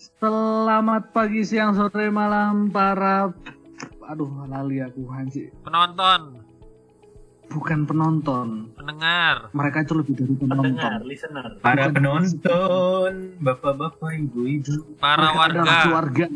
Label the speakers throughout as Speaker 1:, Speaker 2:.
Speaker 1: Selamat pagi, siang, sore, malam para lali aku Hansi.
Speaker 2: Penonton,
Speaker 1: Bukan penonton.
Speaker 2: pendengar.
Speaker 1: Mereka itu lebih dari penonton.
Speaker 3: Pendengar, listener.
Speaker 4: Para
Speaker 1: Bukan
Speaker 4: penonton, bapak-bapak, ibu-ibu.
Speaker 2: Para
Speaker 1: Mereka adalah
Speaker 2: warga.
Speaker 1: keluarga.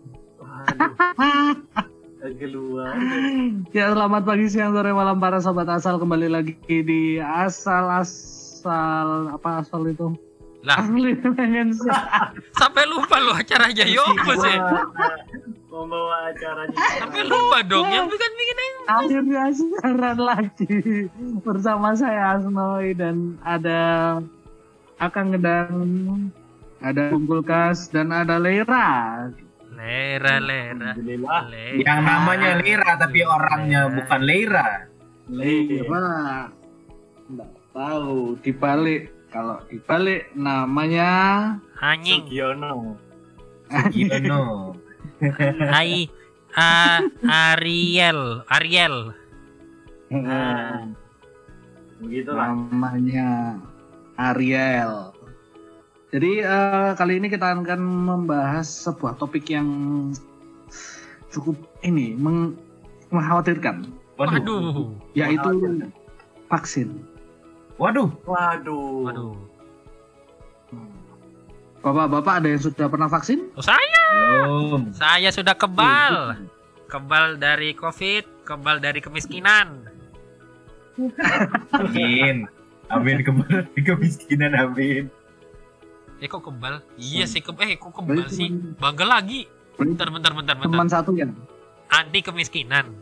Speaker 3: Aduh, keluar.
Speaker 1: Ya, selamat pagi, siang, sore, malam para sobat asal, kembali lagi di asal apa asal itu?
Speaker 2: Lah,
Speaker 1: Asli pengen sih.
Speaker 2: sampai lupa lu acaranya yo apa sih?
Speaker 3: Membawa acaranya.
Speaker 2: Sampai lupa dong, yang bikin
Speaker 1: Akhirnya siaran lagi bersama saya Asnoi dan ada Akang Gedang, ada Bungkulkas dan ada Lera.
Speaker 2: Lera.
Speaker 3: Alhamdulillah.
Speaker 4: Yang namanya Lira tapi orangnya bukan Lira.
Speaker 1: Lera. Nggak tahu kalau dibalik namanya
Speaker 2: Anjing.
Speaker 3: Sugiono.
Speaker 4: Gino.
Speaker 2: Hai. Ariel.
Speaker 3: Nah, begitulah.
Speaker 1: namanya Ariel. Jadi kali ini kita akan membahas sebuah topik yang cukup mengkhawatirkan,
Speaker 2: Waduh.
Speaker 1: yaitu vaksin.
Speaker 4: Waduh.
Speaker 2: Waduh.
Speaker 1: Bapak-bapak ada yang sudah pernah vaksin?
Speaker 2: Oh, saya
Speaker 4: Belum.
Speaker 2: sudah kebal. Kebal dari COVID, kebal dari kemiskinan.
Speaker 4: Amin kembali kemiskinan, amin.
Speaker 2: Kok kebal? Iya sih, kok kebal sih? Bangga lagi. Bentar.
Speaker 1: Teman satu ya.
Speaker 2: Anti kemiskinan.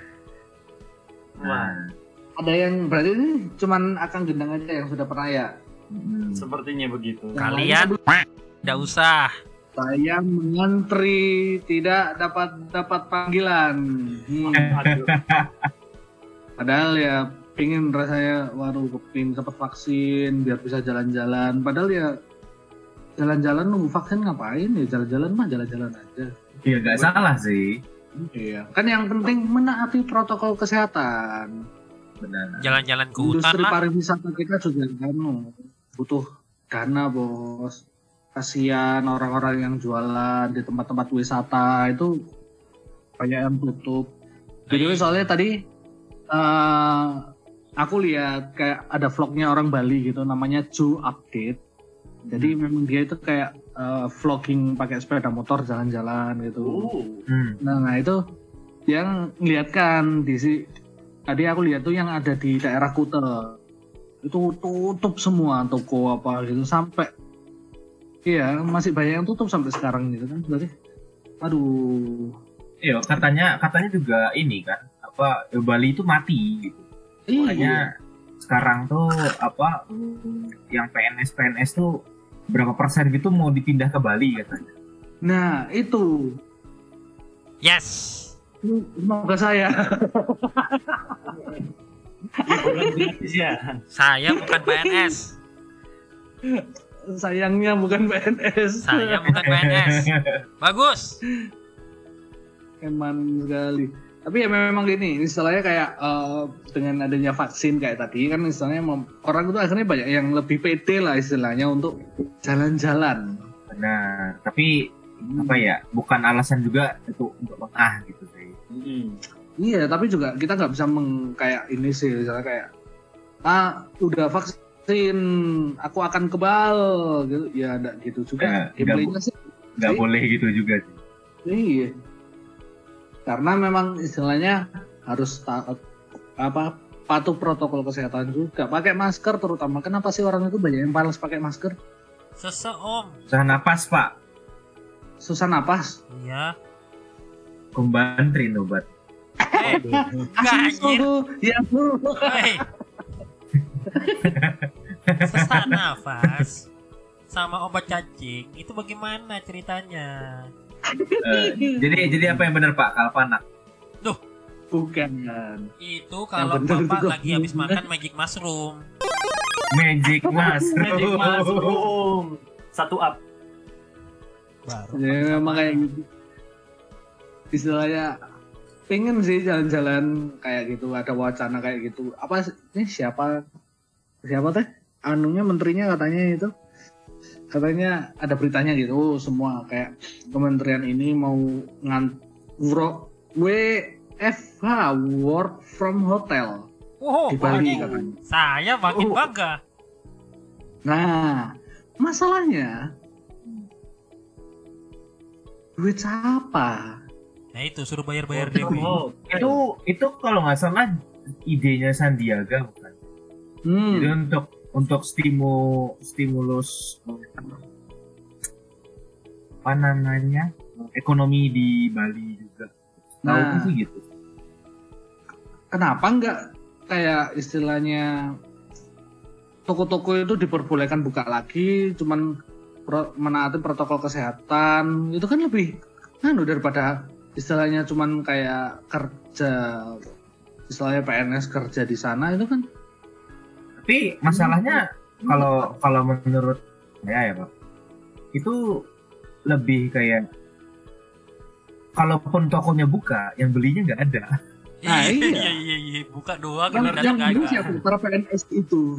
Speaker 3: Wah,
Speaker 1: Ada yang berarti ini cuman Akang Gendang aja yang sudah pernah ya.
Speaker 3: sepertinya begitu.
Speaker 2: Kalian tidak usah.
Speaker 1: Saya mengantri tidak dapat panggilan.
Speaker 3: Aduh.
Speaker 1: Padahal ya pingin rasanya kepingin dapat vaksin biar bisa jalan-jalan. Padahal ya jalan-jalan nunggu vaksin ngapain ya, jalan-jalan aja.
Speaker 4: Iya nggak salah sih.
Speaker 1: Iya. Kan yang penting menaati protokol kesehatan.
Speaker 4: Benar.
Speaker 2: Jalan-jalan ke hutan
Speaker 1: Industri
Speaker 2: lah.
Speaker 1: pariwisata kita juga butuh dana, bos. Kasihan orang-orang yang jualan di tempat-tempat wisata itu banyak yang tutup. Jadi soalnya tadi aku lihat kayak ada vlognya orang Bali gitu, namanya Joe Update. Jadi memang dia itu kayak vlogging pakai sepeda motor jalan-jalan gitu. Nah itu yang ngeliatkan tadi aku lihat tuh yang ada di daerah Kuta itu tutup semua toko apa gitu sampai masih banyak yang tutup sampai sekarang gitu kan, berarti aduh.
Speaker 4: Iya, katanya juga ini kan Bali itu mati gitu. Makanya sekarang tuh yang PNS tuh berapa persen gitu mau dipindah ke Bali katanya.
Speaker 1: Nah itu
Speaker 2: Yes.
Speaker 1: semoga saya.
Speaker 3: Ya.
Speaker 2: Saya bukan PNS.
Speaker 1: Sayangnya bukan PNS.
Speaker 2: Saya bukan PNS. Bagus.
Speaker 1: Eman sekali. Tapi ya memang gini, istilahnya kayak dengan adanya vaksin kayak tadi kan istilahnya orang itu akhirnya banyak yang lebih pede lah istilahnya untuk jalan-jalan.
Speaker 4: Benar, tapi bukan alasan juga itu untuk gitu sih.
Speaker 1: Iya, tapi juga kita nggak bisa kayak ini sih, misalnya kayak udah vaksin, aku akan kebal gitu. Ya enggak gitu juga. Gameplaynya sih
Speaker 4: nggak boleh gitu juga sih.
Speaker 1: Iya. Karena memang istilahnya harus patuh protokol kesehatan juga. Pakai masker terutama. Kenapa sih orang itu banyak yang malas pakai masker?
Speaker 2: Seseom.
Speaker 4: Susah napas, Pak.
Speaker 1: Susah napas.
Speaker 2: Iya.
Speaker 4: Kumbantrin obat.
Speaker 2: Enggak anjir.
Speaker 1: Ya Bu.
Speaker 2: Hei. Sesak nafas sama obat cacing itu bagaimana ceritanya?
Speaker 4: Jadi apa yang benar Pak? Kalpanak.
Speaker 1: Bukan.
Speaker 2: Itu kalau
Speaker 1: bener
Speaker 2: Bapak
Speaker 1: itu
Speaker 2: lagi habis makan magic mushroom.
Speaker 4: Magic
Speaker 3: Magic
Speaker 4: mushroom.
Speaker 3: mushroom. 1 up.
Speaker 2: Baru.
Speaker 1: Ya memang kayak gitu. Istilahnya pengen sih jalan-jalan kayak gitu, ada wacana kayak gitu. Apa ini siapa teh? Menterinya katanya itu katanya ada beritanya gitu, semua kayak kementerian ini mau WFH, work from hotel
Speaker 2: Wow,
Speaker 1: di Bali
Speaker 2: waduh.
Speaker 1: katanya.
Speaker 2: Saya makin bangga.
Speaker 1: Nah, masalahnya duit siapa?
Speaker 2: Nah itu suruh bayar-bayar Dewi.
Speaker 4: Itu kalau nggak salah idenya Sandiaga bukan? Jadi untuk stimulus apa namanya ekonomi di Bali juga. Tahu sih gitu.
Speaker 1: Kenapa nggak kayak istilahnya toko-toko itu diperbolehkan buka lagi, cuman menaati protokol kesehatan, itu kan lebih daripada istilahnya cuman kayak kerja, istilahnya PNS kerja di sana itu kan.
Speaker 4: Tapi masalahnya kalau menurut saya ya Pak, itu lebih kayak kalaupun tokonya buka, yang belinya nggak ada.
Speaker 1: Nah,
Speaker 2: iya, buka doang
Speaker 1: yang
Speaker 2: datang
Speaker 1: beli
Speaker 2: kagak.
Speaker 1: siapa? Para PNS itu.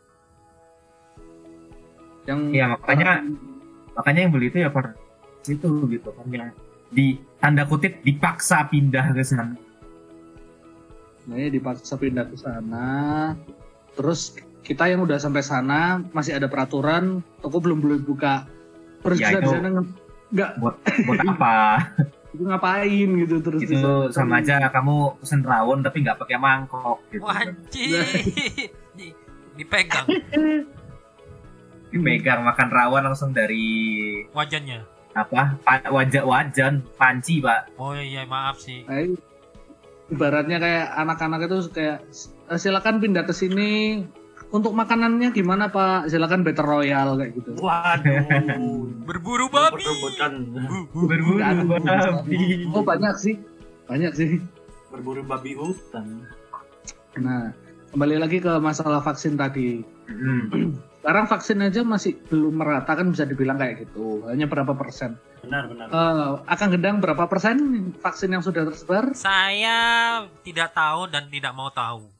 Speaker 1: Yang
Speaker 4: makanya yang beli itu ya per itu gitu kan, yang di tanda kutip dipaksa pindah ke sana.
Speaker 1: Nah, ya dipaksa pindah ke sana. Terus kita yang udah sampai sana masih ada peraturan, toko belum boleh buka. Terus
Speaker 4: Ya,
Speaker 1: di sana nggak
Speaker 4: buat apa?
Speaker 1: itu ngapain gitu terus.
Speaker 4: Itu sama aja kamu pesen rawon tapi nggak pakai mangkok gitu.
Speaker 2: Wajib. Dipegang
Speaker 4: Dipegang makan rawon langsung dari
Speaker 2: wajannya.
Speaker 4: apa? Wajan panci, Pak.
Speaker 2: Oh iya, maaf sih.
Speaker 1: Nah, ibaratnya kayak anak-anak itu kayak silakan pindah ke sini. Untuk makanannya gimana Pak? Silakan Battle Royale kayak gitu.
Speaker 3: Waduh.
Speaker 2: Berburu babi.
Speaker 4: Berburu babi.
Speaker 1: Oh banyak sih.
Speaker 3: Berburu babi hutan.
Speaker 1: Nah, kembali lagi ke masalah vaksin tadi. Sekarang vaksin aja masih belum merata kan, bisa dibilang kayak gitu. Hanya berapa persen?
Speaker 3: Benar.
Speaker 1: Akan Gendang berapa persen vaksin yang sudah tersebar?
Speaker 2: Saya tidak tahu dan tidak mau tahu.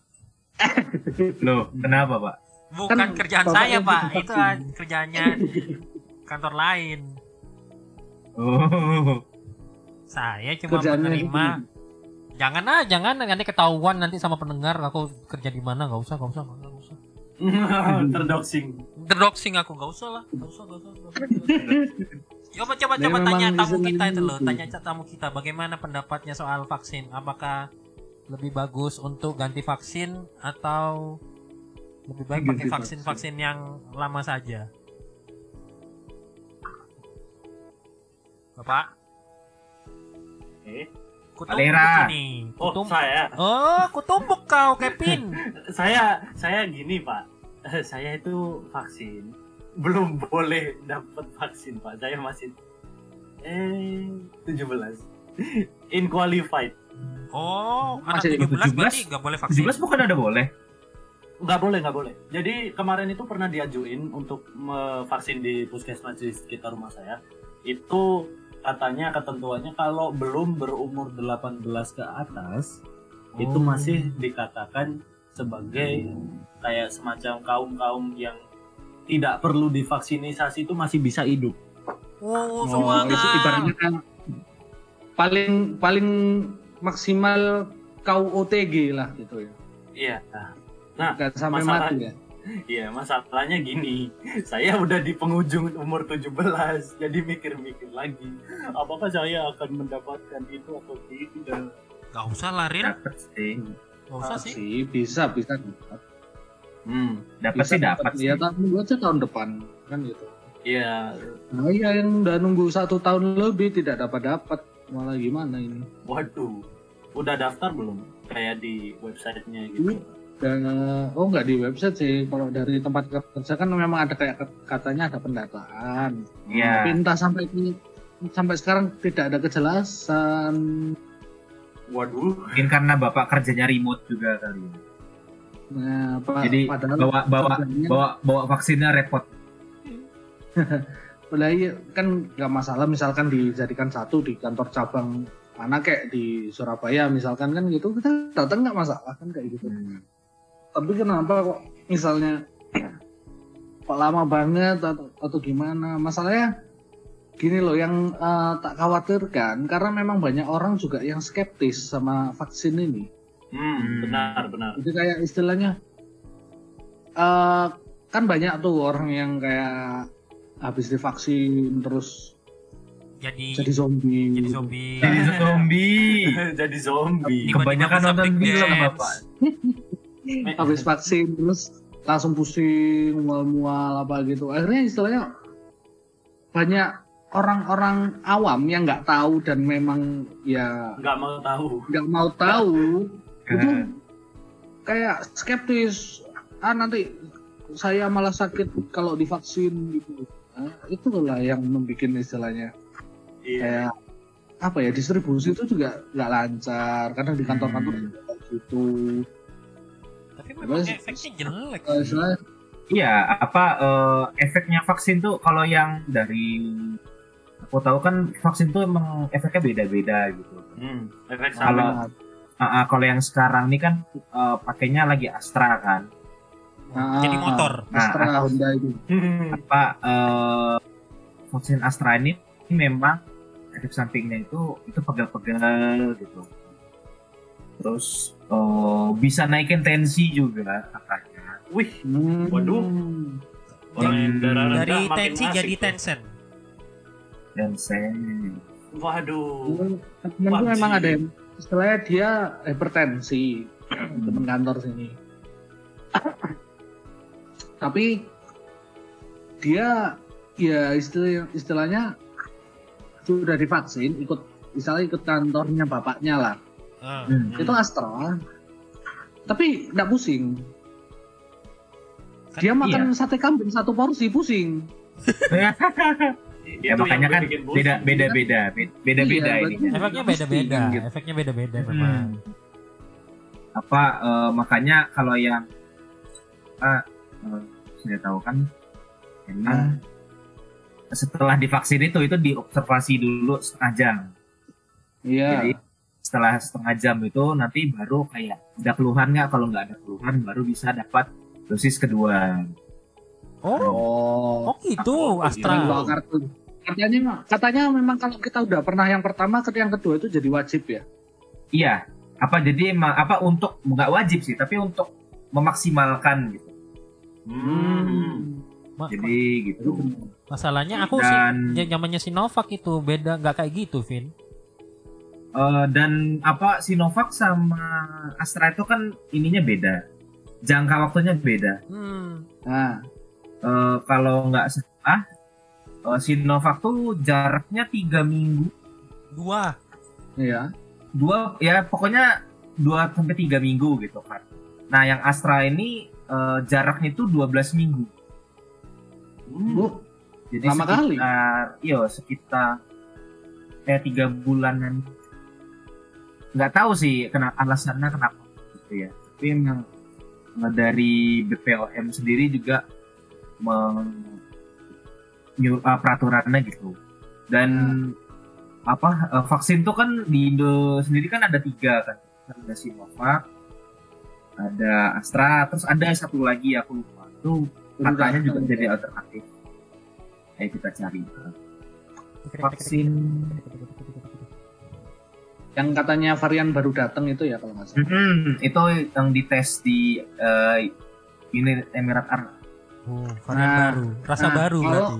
Speaker 4: Loh, kenapa, Pak?
Speaker 2: Bukan
Speaker 1: Kan
Speaker 2: kerjaan
Speaker 1: Bapak
Speaker 2: saya,
Speaker 1: yang
Speaker 2: Pak.
Speaker 1: divaksin.
Speaker 2: Itu kerjaannya kantor lain.
Speaker 4: Oh.
Speaker 2: Saya cuma
Speaker 1: Kerjaannya
Speaker 2: menerima.
Speaker 1: gitu.
Speaker 2: Jangan nanti ketahuan nanti sama pendengar aku kerja di mana. Nggak usah. Terdoxing aku, nggak usah. Coba
Speaker 1: Memang
Speaker 2: tanya tamu
Speaker 1: istilahnya
Speaker 2: kita itu loh.
Speaker 1: gitu.
Speaker 2: Tanya tamu kita bagaimana pendapatnya soal vaksin. Apakah lebih bagus untuk ganti vaksin atau lebih baik pakai
Speaker 1: Ganti
Speaker 2: vaksin yang lama saja? Bapak? Kutumbuk
Speaker 4: Alera.
Speaker 2: ini.
Speaker 3: Saya.
Speaker 2: Oh, kutumbuk kau, Kevin.
Speaker 3: Saya gini Pak. Saya itu vaksin. Belum boleh dapat vaksin Pak. Saya masih 17. Unqualified.
Speaker 2: Oh, anak
Speaker 1: Masih
Speaker 2: 17 berarti nggak boleh vaksin.
Speaker 4: 17 bukan ada boleh.
Speaker 3: Nggak boleh. Jadi kemarin itu pernah diajuin untuk vaksin di puskesmas di sekitar rumah saya. Itu katanya ketentuannya kalau belum berumur 18 ke atas itu masih dikatakan sebagai kayak semacam kaum yang tidak perlu divaksinasi itu masih bisa hidup.
Speaker 2: Oh,
Speaker 1: Itu
Speaker 2: semangat.
Speaker 1: ibaratnya kan paling maksimal kau OTG lah gitu ya.
Speaker 3: Iya. Nah,
Speaker 1: Nggak sampai
Speaker 3: masalah-
Speaker 1: mati ya.
Speaker 3: Iya, masalahnya gini. Saya udah di penghujung umur 17, jadi mikir-mikir lagi. Apakah saya akan mendapatkan itu atau tidak?
Speaker 2: Gak usah lah, Rin.
Speaker 4: Dapat sih.
Speaker 2: Gak usah sih.
Speaker 1: Sih bisa dapat.
Speaker 4: Dapat sih dapat sih.
Speaker 1: Ya tunggu aja tahun depan kan gitu.
Speaker 3: Iya.
Speaker 1: Nah iya yang udah nunggu 1 tahun lebih tidak dapat malah gimana ini?
Speaker 3: Waduh. Udah daftar belum? Kayak di websitenya gitu.
Speaker 1: Dan nggak di website sih, kalau dari tempat kerja kan memang ada kayak katanya ada pendataan.
Speaker 4: Iya.
Speaker 1: Tapi entah sampai sekarang tidak ada kejelasan.
Speaker 3: Waduh.
Speaker 4: Mungkin karena Bapak kerjanya remote juga kali.
Speaker 1: Nah,
Speaker 4: Jadi
Speaker 1: padahal kerjanya-
Speaker 4: bawa vaksinnya repot.
Speaker 1: Padahal iya, kan nggak masalah misalkan dijadikan satu di kantor cabang mana kayak di Surabaya misalkan kan gitu, kita datang nggak masalah kan kayak gitu. Tapi kenapa kok misalnya kok lama banget atau gimana. Masalahnya gini loh, yang tak khawatirkan karena memang banyak orang juga yang skeptis sama vaksin ini.
Speaker 3: Benar.
Speaker 1: Jadi kayak istilahnya kan banyak tuh orang yang kayak habis divaksin terus jadi zombie.
Speaker 3: Jadi zombie.
Speaker 4: Kebanyakan nonton film Bapak.
Speaker 1: Habis vaksin terus langsung pusing, mual-mual apa gitu. Akhirnya istilahnya banyak orang-orang awam yang nggak tahu dan memang ya
Speaker 3: nggak mau tahu
Speaker 1: itu kayak skeptis. Nanti saya malah sakit kalau divaksin gitu. Itulah yang membuat istilahnya kayak apa ya, distribusi itu juga nggak lancar karena di kantor-kantor juga kayak gitu.
Speaker 2: Tapi memang efeknya jelek.
Speaker 4: Iya, efeknya vaksin tuh kalau yang dari aku tahu kan vaksin tuh emang efeknya beda-beda gitu.
Speaker 3: Efek sama.
Speaker 4: Kalau yang sekarang ini kan pakainya lagi Astra kan.
Speaker 2: Jadi motor.
Speaker 1: Astra Honda itu.
Speaker 4: Vaksin Astra ini memang efek sampingnya itu pegal-pegal gitu. Terus bisa naikin tensi juga katanya.
Speaker 3: Wih, waduh.
Speaker 2: Dari tensi jadi Tencent.
Speaker 3: Waduh.
Speaker 1: Temenku memang ada yang istilahnya dia hipertensi, temen kantor sini. Tapi dia ya istilahnya sudah divaksin, ikut kantornya bapaknya lah. Itu Astra. Tapi enggak pusing. Dia makan sate kambing 1 porsi pusing.
Speaker 4: Ya makanya kan beda-beda ini.
Speaker 2: Efeknya beda-beda memang.
Speaker 4: Makanya kalau yang sudah tahu kan memang setelah divaksin itu diobservasi dulu setengah jam.
Speaker 1: Iya.
Speaker 4: Jadi setelah setengah jam itu nanti baru kayak ada keluhan nggak, kalau nggak ada keluhan baru bisa dapat dosis kedua.
Speaker 2: Oh gitu, Astra.
Speaker 1: Katanya memang kalau kita udah pernah yang pertama ke yang kedua itu jadi wajib ya?
Speaker 4: Iya. Jadi untuk nggak wajib sih, tapi untuk memaksimalkan gitu. Jadi gitu.
Speaker 2: Masalahnya aku sih zamannya Sinovac itu beda, nggak kayak gitu, Vin.
Speaker 4: Dan Sinovac sama Astra itu kan ininya beda. Jangka waktunya beda. Kalau nggak salah, Sinovac tuh jaraknya 3 minggu.
Speaker 1: 2. Iya.
Speaker 4: 2 ya, pokoknya 2-3 minggu gitu kan. Nah, yang Astra ini jaraknya itu 12 minggu. Jadi
Speaker 1: lama kali.
Speaker 4: Sekitar 3 bulanan. Nggak tahu sih alasannya kenapa gitu ya. Tapi memang dari BPOM sendiri juga peraturannya gitu. Dan vaksin tuh kan di Indo sendiri kan ada 3 kan. Ada Sinovac, ada Astra, terus ada satu lagi aku lupa. Itu katanya juga jadi alternatif. Ayo kita cari vaksin
Speaker 1: yang katanya varian baru datang itu ya kalau nggak salah.
Speaker 4: Itu yang dites di Uni Emirat Arab.
Speaker 2: Varian baru, rasa baru berarti.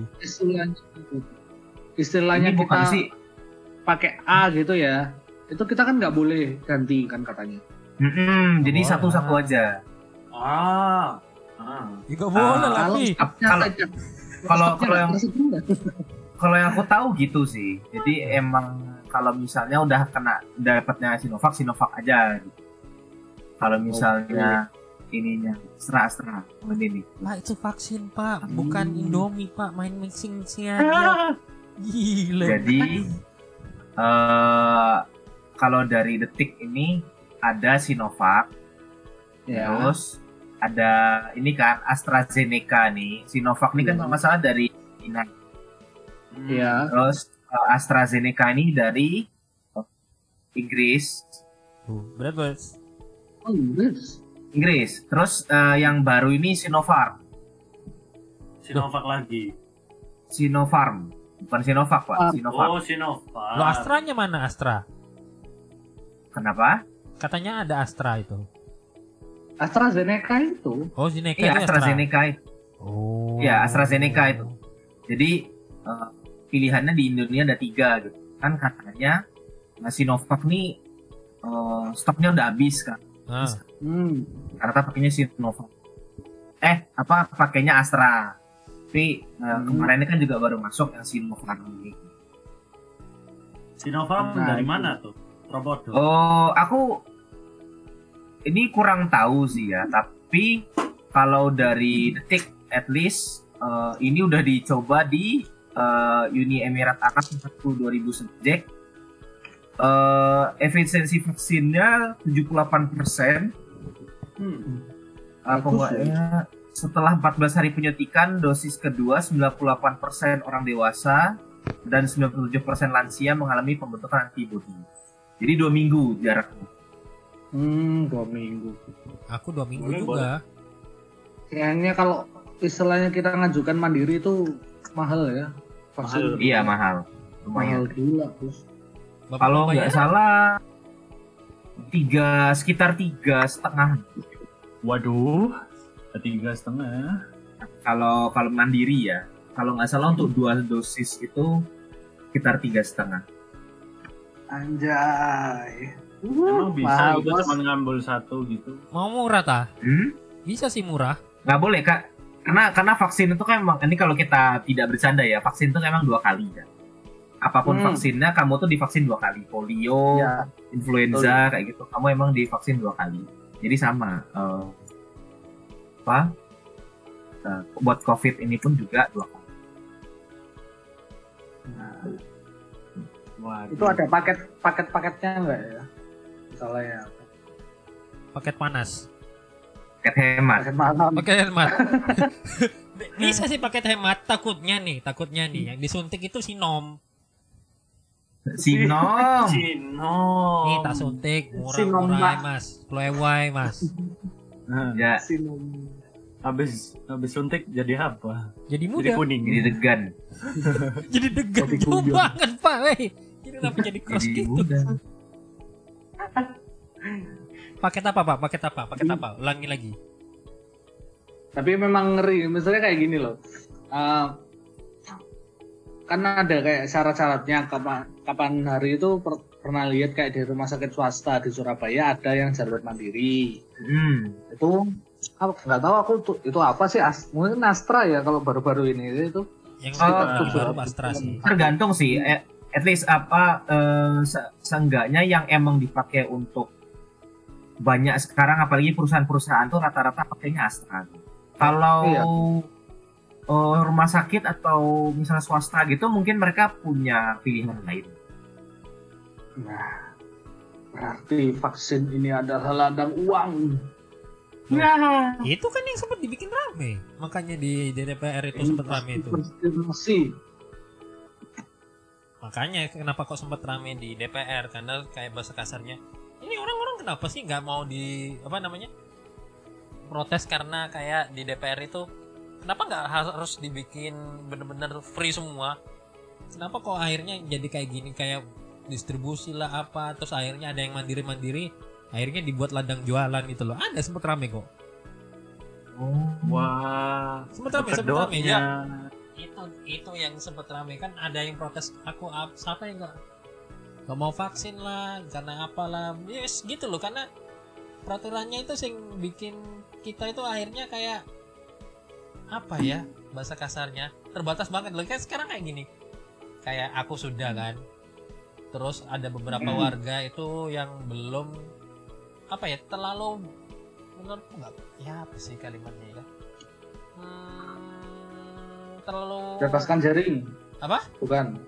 Speaker 1: Istilahnya kita pakai A gitu ya, itu kita kan nggak boleh ganti kan katanya.
Speaker 4: Jadi satu-satu aja.
Speaker 2: Juga boleh lagi.
Speaker 4: Kalau yang aku tahu gitu sih. Jadi emang kalau misalnya udah dapatnya Sinovac aja gitu. Kalau misalnya ininya Astra ini.
Speaker 2: Pak, itu vaksin Pak, bukan Indomie Pak, main mixing-mixing aja. Gila.
Speaker 4: Jadi kalau dari Detik ini ada Sinovac, terus ada ini kan AstraZeneca nih. Sinovac ini kan masalah dari China. Terus AstraZeneca ini dari Inggris.
Speaker 2: Berat.
Speaker 4: Inggris. Terus yang baru ini Sinovac.
Speaker 3: Sinovac lagi.
Speaker 4: Sinopharm, bukan Sinovac Pak, Sinovac.
Speaker 3: Oh, Sinovac.
Speaker 2: Lo Astranya mana Astra?
Speaker 4: Kenapa?
Speaker 2: Katanya ada Astra itu.
Speaker 1: AstraZeneca itu.
Speaker 2: Oh, Zeneca
Speaker 4: Iya
Speaker 2: itu Astra.
Speaker 4: AstraZeneca itu.
Speaker 2: Oh.
Speaker 4: Ya AstraZeneca itu. Jadi pilihannya di Indonesia ada 3 gitu. Kan katanya Sinovac nih stoknya udah habis kan.
Speaker 2: Ah.
Speaker 4: Karena pakainya Sinovac. Pakainya Astra. Tapi kemarin ini kan juga baru masuk yang Sinovac ini.
Speaker 3: Sinovac dari mana tuh? Robodo.
Speaker 4: Oh, aku ini kurang tahu sih ya. Tapi kalau dari Detik, at least ini udah dicoba di Uni Emirat Arab 42.000 subjek. Efisiensi vaksinnya 78%. Apa enggak ya? Setelah 14 hari penyuntikan dosis kedua, 98% orang dewasa dan 97% lansia mengalami pembentukan antibodi. Jadi 2 minggu jaraknya.
Speaker 1: 2 minggu.
Speaker 2: Aku 2 minggu
Speaker 3: Boleh,
Speaker 2: juga.
Speaker 1: Kayaknya kalau istilahnya kita ngajukan mandiri itu mahal ya. Vaksin.
Speaker 4: Iya mahal,
Speaker 1: Mahal
Speaker 4: lumayan.
Speaker 1: gila, Bos.
Speaker 2: Bapak
Speaker 4: Kalau
Speaker 2: bayar?
Speaker 4: nggak salah sekitar 3,5.
Speaker 3: Waduh, 3,5.
Speaker 4: Kalau mandiri ya. Kalau nggak salah untuk 2 dosis itu sekitar 3,5.
Speaker 1: Anjay.
Speaker 3: Emang bisa
Speaker 1: mahal,
Speaker 3: gitu
Speaker 1: Bos.
Speaker 3: cuma ngambil 1 gitu.
Speaker 2: Mau murah tah? Bisa sih murah.
Speaker 4: Nggak boleh Kak. Karena vaksin itu kan memang, ini kalau kita tidak bercanda ya, vaksin itu memang 2 kali kan. Apapun vaksinnya, kamu tuh divaksin 2 kali. Polio,
Speaker 1: Ya.
Speaker 4: influenza, kayak gitu. Kamu emang divaksin 2 kali. Jadi sama. Buat COVID ini pun juga 2 kali.
Speaker 3: Waduh.
Speaker 1: Itu ada paket-paketnya enggak ya? Misalnya ya.
Speaker 2: Paket panas.
Speaker 4: Paket hemat.
Speaker 1: Paket malam.
Speaker 2: Paket hemat. Bisa sih paket hemat. Takutnya nih yang disuntik itu Sinom.
Speaker 4: Sinom.
Speaker 2: Nih tak suntik
Speaker 1: Sinom,
Speaker 2: murah-murah
Speaker 1: Pak.
Speaker 2: mas. Plewai mas.
Speaker 4: Ya,
Speaker 1: Sinum.
Speaker 3: Habis suntik jadi apa?
Speaker 2: Jadi
Speaker 3: Jadi
Speaker 2: muda.
Speaker 3: kuning.
Speaker 4: ini degan.
Speaker 2: Jadi degan
Speaker 1: Jadi
Speaker 2: jauh
Speaker 1: guyon.
Speaker 2: banget pak. Wey. Ini kenapa jadi cross
Speaker 4: Jadi
Speaker 2: gitu?
Speaker 4: muda.
Speaker 2: Paket apa pak? Paket apa? Paket apa? Ulangi lagi.
Speaker 1: Tapi memang ngeri. Misalnya kayak gini loh. Kan ada kayak syarat-syaratnya kapan hari itu pernah lihat kayak di rumah sakit swasta di Surabaya ada yang jalur mandiri. Itu nggak tahu aku tuh itu apa sih, mungkin Astra ya kalau baru-baru ini itu.
Speaker 2: Yang
Speaker 4: Oh,
Speaker 2: baru Astra sih.
Speaker 4: Tergantung sih. At least seenggaknya yang emang dipakai untuk banyak sekarang, apalagi perusahaan-perusahaan tuh rata-rata pakainya Astra. Kalau
Speaker 1: Iya.
Speaker 4: Rumah sakit atau misalnya swasta gitu, mungkin mereka punya pilihan lain.
Speaker 1: Nah, berarti vaksin ini adalah ladang uang.
Speaker 2: Itu kan yang sempat dibikin rame. Makanya di DPR itu sempat rame itu.
Speaker 1: Konspirasi.
Speaker 2: Makanya kenapa kok sempat rame di DPR, karena kayak bahasa kasarnya ini orang-orang kenapa sih nggak mau protes, karena kayak di DPR itu kenapa nggak harus dibikin bener-bener free semua, kenapa kok akhirnya jadi kayak gini, kayak distribusi lah apa, terus akhirnya ada yang mandiri akhirnya dibuat ladang jualan itu loh, ada sempat rame kok.
Speaker 3: Wah.
Speaker 2: Sempat rame
Speaker 3: Kedoknya.
Speaker 2: ya. Itu yang sempat rame kan, ada yang protes, siapa yang nggak mau vaksin lah karena apalah, yes gitu loh, karena peraturannya itu sing bikin kita itu akhirnya kayak apa ya, bahasa kasarnya terbatas banget loh. Kayak sekarang kayak gini, kayak aku sudah kan, terus ada beberapa warga itu yang belum apa ya, terlalu menurutku nggak ya, apa sih kalimatnya ya, terlalu
Speaker 1: Lepaskan jaring.
Speaker 2: apa,
Speaker 1: Bukan.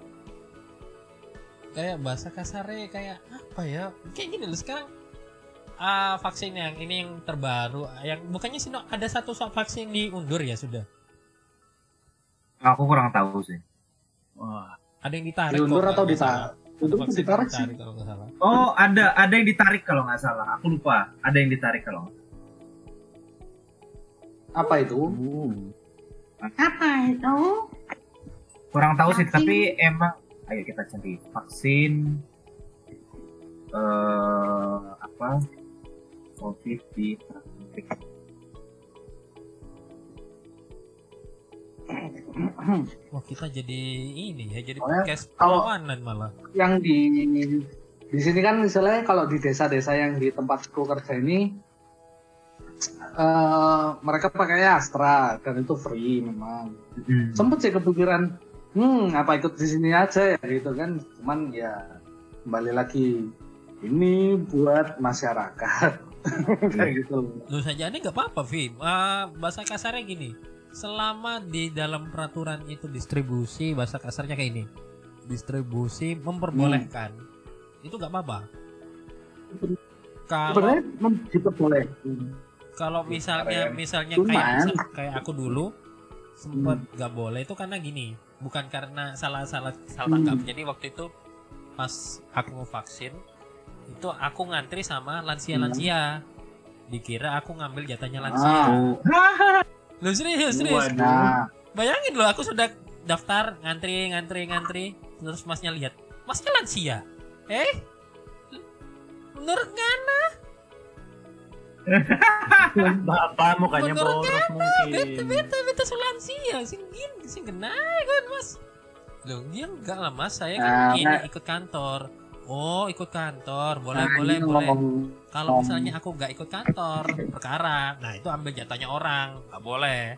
Speaker 2: kayak bahasa kasarnya kayak apa ya, kayak gini loh sekarang. Vaksin yang ini yang terbaru, yang bukannya sih ada satu vaksin diundur ya sudah.
Speaker 4: Aku kurang tahu sih.
Speaker 3: Wah.
Speaker 2: Ada yang ditarik.
Speaker 1: Diundur
Speaker 2: kok,
Speaker 1: atau
Speaker 2: kalau nggak salah.
Speaker 1: Itu
Speaker 2: Vaksin
Speaker 1: ditarik sih.
Speaker 2: kalau nggak salah.
Speaker 4: Oh, ada yang ditarik kalau nggak salah. Aku lupa. Ada yang ditarik kalau.
Speaker 1: Apa itu?
Speaker 5: Apa itu?
Speaker 4: Kurang tahu sih,
Speaker 5: Vaksin.
Speaker 4: tapi emang ayo kita cari vaksin apa COVID di Afrika.
Speaker 2: Wah, kita jadi ini ya, jadi
Speaker 1: Soalnya
Speaker 2: podcast
Speaker 1: kalau-
Speaker 2: perlawanan malah.
Speaker 1: Yang di sini kan misalnya kalau di desa-desa yang di tempatku kerja ini mereka pakai Astra dan itu free memang. Sempet sih kepikiran apa ikut di sini aja ya gitu kan, cuman ya kembali lagi ini buat masyarakat kayak gitu.
Speaker 2: Lu saja ini nggak apa-apa, Vi. Bahasa kasarnya gini, selama di dalam peraturan itu distribusi, bahasa kasarnya kayak ini, distribusi memperbolehkan, itu nggak apa-apa. Kalau
Speaker 1: Sebenarnya diperbolehkan.
Speaker 2: kalau misalnya
Speaker 1: Cuman-
Speaker 2: kayak aku dulu sempat nggak boleh itu karena gini, bukan karena salah tangkap. Jadi waktu itu pas aku mau vaksin itu aku ngantri sama lansia, dikira aku ngambil jatahnya lansia. Lu serius.
Speaker 1: Nah,
Speaker 2: Bayangin loh, aku sudah daftar ngantri, terus masnya lihat, masnya lansia. Menurut Ngana,
Speaker 3: Bapak mukanya
Speaker 2: Menurut
Speaker 3: boros mungkin.
Speaker 2: beta lansia, sing genai kan mas. Loh, dia enggak lah mas, saya kan
Speaker 1: Nah,
Speaker 2: ini
Speaker 1: nah.
Speaker 2: ikut kantor. Oh, ikut kantor, boleh.
Speaker 1: ini ngomong-
Speaker 2: Kalau misalnya aku nggak ikut kantor, perkara, nah itu ambil jatahnya orang, nggak boleh.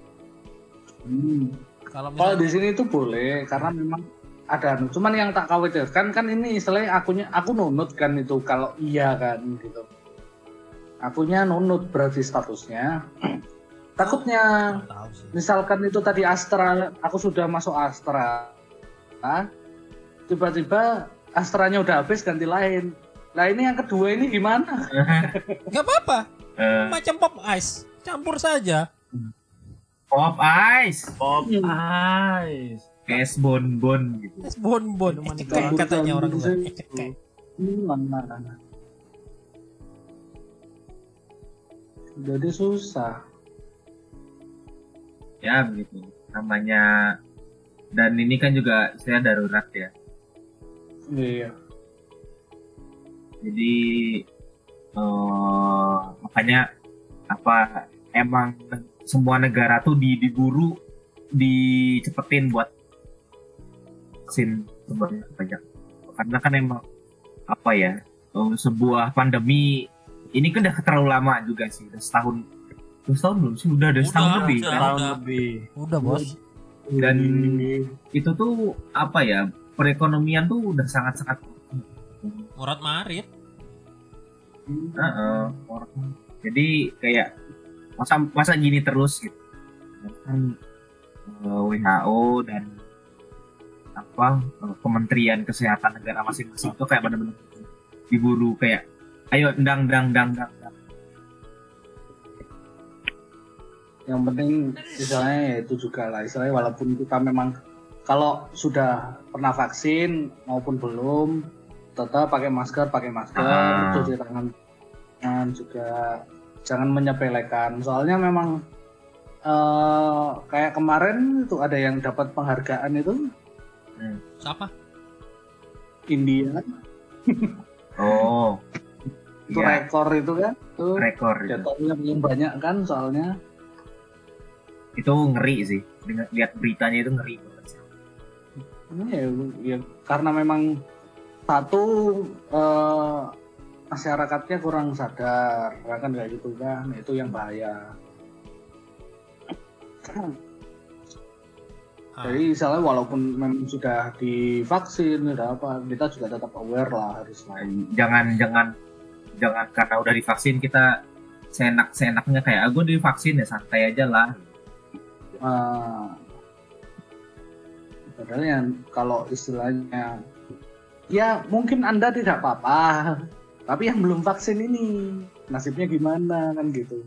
Speaker 2: Kalau
Speaker 1: Kalau di
Speaker 2: misalnya
Speaker 1: sini itu boleh karena memang ada, cuman yang tak khawatirkan kan ini istilahnya aku nunut kan itu kalau iya kan gitu. Akunya nunut berarti statusnya. Takutnya
Speaker 2: nggak tahu sih.
Speaker 1: misalkan itu tadi Astra, aku sudah masuk Astra. Tiba-tiba Astranya udah habis ganti lain. Nah ini yang kedua ini gimana?
Speaker 2: Nggak apa-apa,
Speaker 4: Eh,
Speaker 2: macam pop ice, campur saja.
Speaker 4: Pop Ice,
Speaker 3: Pop Ice.
Speaker 4: es bonbon gitu.
Speaker 2: Es bonbon,
Speaker 3: Minuman
Speaker 2: cekek katanya orang tua. Cekek.
Speaker 1: Gimana? Jadi susah.
Speaker 4: Ya begitu namanya, dan ini kan juga istilah darurat ya,
Speaker 1: Iya.
Speaker 4: jadi makanya apa emang semua negara tuh diburu dicepetin buat vaksin banyak, karena kan emang apa ya, sebuah pandemi ini kan udah terlalu lama juga sih, udah setahun belum sih, udah setahun lebih kan.
Speaker 3: Tahun lebih.
Speaker 2: Udah bos.
Speaker 4: Dan itu tuh apa ya, perekonomian tuh udah sangat-sangat
Speaker 2: Morat marit.
Speaker 4: orang. Jadi kayak masa gini terus gitu. Kan WHO dan apa Kementerian Kesehatan negara masing-masing itu kayak benar-benar diburu kayak ayo dang.
Speaker 1: Yang penting misalnya ya itu juga lah istilahnya, walaupun kita memang kalau sudah pernah vaksin maupun belum tetap pakai masker, cuci tangan juga jangan menyepelekan, soalnya memang kayak kemarin itu ada yang dapat penghargaan itu
Speaker 2: Siapa?
Speaker 1: India
Speaker 4: Oh
Speaker 1: itu
Speaker 4: iya,
Speaker 1: rekor itu kan tuh
Speaker 4: rekor itu.
Speaker 1: jatuhnya yang banyak kan soalnya.
Speaker 4: Itu ngeri sih, lihat beritanya itu ngeri banget sih.
Speaker 1: Ya, karena memang satu masyarakatnya kurang sadar, kan kayak gitu kan, itu yang bahaya. Jadi misalnya walaupun memang sudah divaksin, sudah apa, kita juga tetap aware lah harusnya.
Speaker 4: Jangan karena udah divaksin kita seenaknya kayak aku divaksin ya santai aja lah.
Speaker 1: Padahal yang kalau istilahnya ya mungkin Anda tidak apa-apa, tapi yang belum vaksin ini nasibnya gimana kan gitu.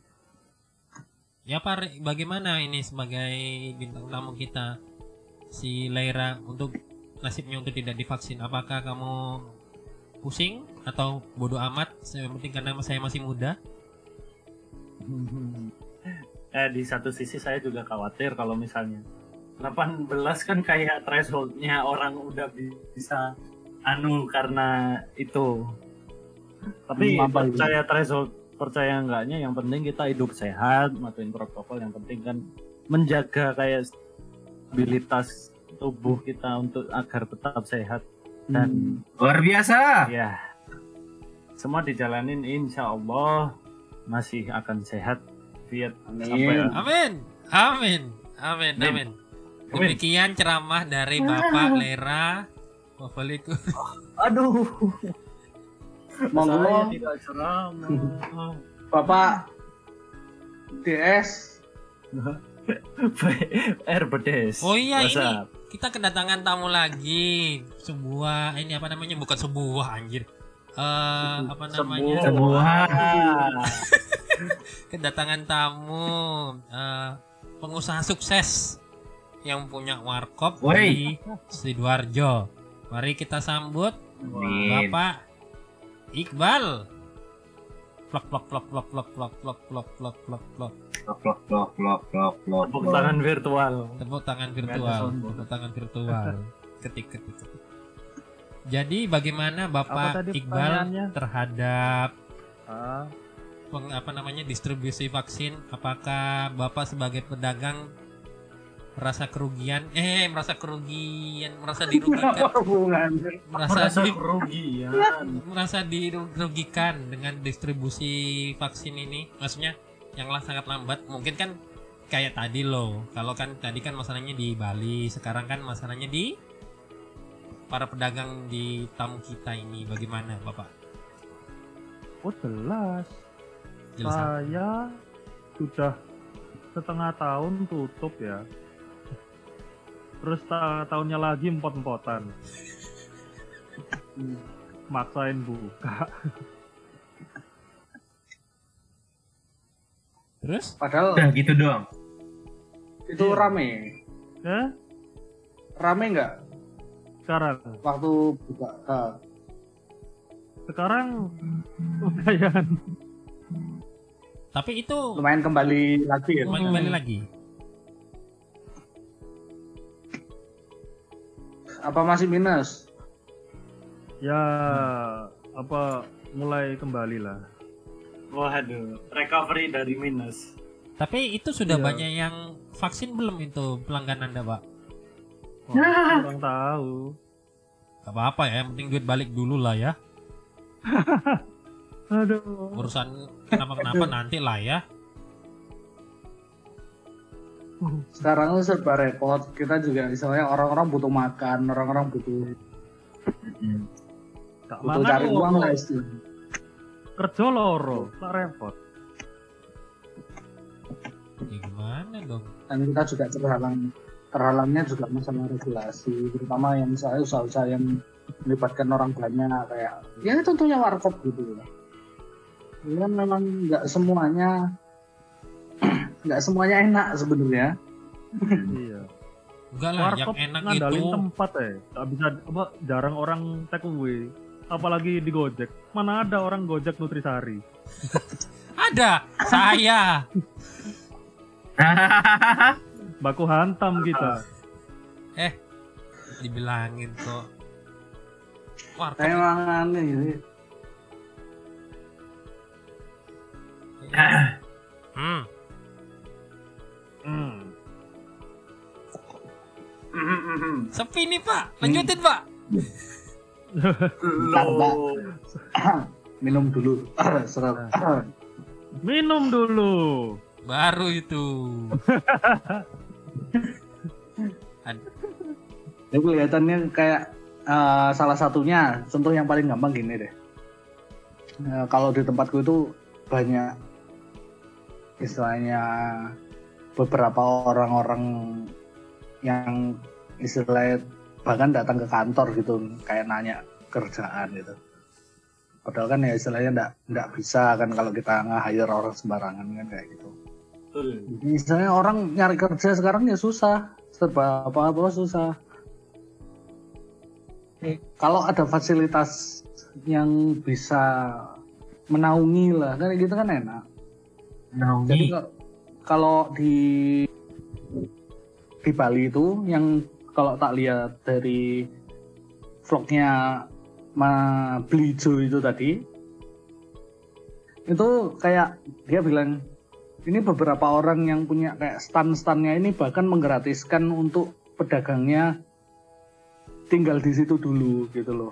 Speaker 2: Ya Pak, bagaimana ini sebagai bintang tamu kita si Laira untuk nasibnya untuk tidak divaksin? Apakah kamu pusing atau bodoh amat? Yang penting karena saya masih muda.
Speaker 3: di satu sisi saya juga khawatir kalau misalnya 18 kan kayak thresholdnya orang udah bisa karena itu. Tapi percaya enggaknya, yang penting kita hidup sehat, matuin protokol, yang penting kan menjaga kayak stabilitas tubuh kita untuk agar tetap sehat dan
Speaker 4: luar biasa.
Speaker 3: Ya, semua dijalanin insya Allah masih akan sehat.
Speaker 2: Amin. Demikian ceramah dari Bapak Lera. Waalaikumsalam.
Speaker 1: Aduh. Monggo
Speaker 3: tidak ceramah.
Speaker 1: Bapak DS.
Speaker 3: Bedes.
Speaker 2: Oh iya, ini kita kedatangan tamu lagi. Bukan sebuah anjir. Kedatangan tamu pengusaha sukses yang punya warkop di Sidoarjo. Mari kita sambut Bapak Iqbal. Plok.
Speaker 3: Tepuk tangan virtual.
Speaker 2: Ketik. Jadi bagaimana Bapak Iqbal terhadap distribusi vaksin? Apakah Bapak sebagai pedagang merasa dirugikan dengan distribusi vaksin ini? Maksudnya yang sangat lambat, mungkin kan kayak tadi loh. Kalau kan tadi kan masalahnya di Bali, sekarang kan masalahnya di para pedagang di tamu kita ini. Bagaimana Bapak?
Speaker 5: Oh jelas. Saya sudah setengah tahun tutup ya. Terus tahunnya lagi empot-empotan. Maksain buka.
Speaker 2: Terus?
Speaker 1: Padahal
Speaker 4: udah gitu doang.
Speaker 1: Itu rame. Rame nggak?
Speaker 5: Sekarang?
Speaker 1: Waktu buka.
Speaker 5: Sekarang lumayan.
Speaker 2: Tapi itu
Speaker 1: lumayan kembali lagi ya.
Speaker 2: Kembali lagi.
Speaker 1: Apa masih minus?
Speaker 5: Ya, mulai kembali lah.
Speaker 3: Waduh, recovery dari minus.
Speaker 2: Tapi itu sudah banyak yang vaksin belum itu pelanggan Anda, Pak?
Speaker 5: Kurang tahu.
Speaker 2: Gak apa-apa ya, yang penting duit balik dulu lah ya.
Speaker 5: Aduh.
Speaker 2: Urusan kenapa-kenapa nanti lah ya.
Speaker 1: Sekarang itu serba repot. Kita juga misalnya orang-orang butuh makan, orang-orang butuh cari uang lah istilahnya.
Speaker 5: Kerja loro, tak repot.
Speaker 2: Ya gimana dong?
Speaker 1: Dan kita juga terhalangnya juga masalah regulasi, terutama yang misalnya usaha-usaha yang melibatkan orang banyak kayak ya tentunya warkop gitu. Ya memang nggak semuanya enak sebenarnya.
Speaker 5: Iya.
Speaker 2: Enggak lah,
Speaker 5: warkop
Speaker 2: yang enak
Speaker 5: ngandalin
Speaker 2: itu
Speaker 5: tempat nggak bisa jarang orang take away, apalagi di Gojek. Mana ada orang Gojek Nutrisari?
Speaker 2: Ada, saya.
Speaker 5: Baku hantam kita.
Speaker 2: Dibilangin kok. Warkop.
Speaker 1: Emang aneh ini. Sepi nih Pak, lanjutin Pak. Minum dulu.
Speaker 5: Minum dulu.
Speaker 2: Baru itu.
Speaker 1: Ini kelihatannya kayak salah satunya, contoh yang paling gampang gini deh. Kalau di tempatku itu banyak istilahnya beberapa orang-orang yang istilahnya bahkan datang ke kantor gitu kayak nanya kerjaan gitu. Padahal kan ya istilahnya enggak bisa kan kalau kita nge-hire orang sembarangan kan kayak gitu. Misalnya orang nyari kerja sekarang ya susah, serba apa-apa susah. Kalau ada fasilitas yang bisa menaungi lah kan gitu kan enak.
Speaker 4: Menaungi.
Speaker 1: Jadi kalau di Bali itu yang kalau tak lihat dari vlognya Blijo itu tadi, itu kayak dia bilang ini beberapa orang yang punya kayak stand-standnya ini bahkan menggratiskan untuk pedagangnya tinggal di situ dulu gitu loh.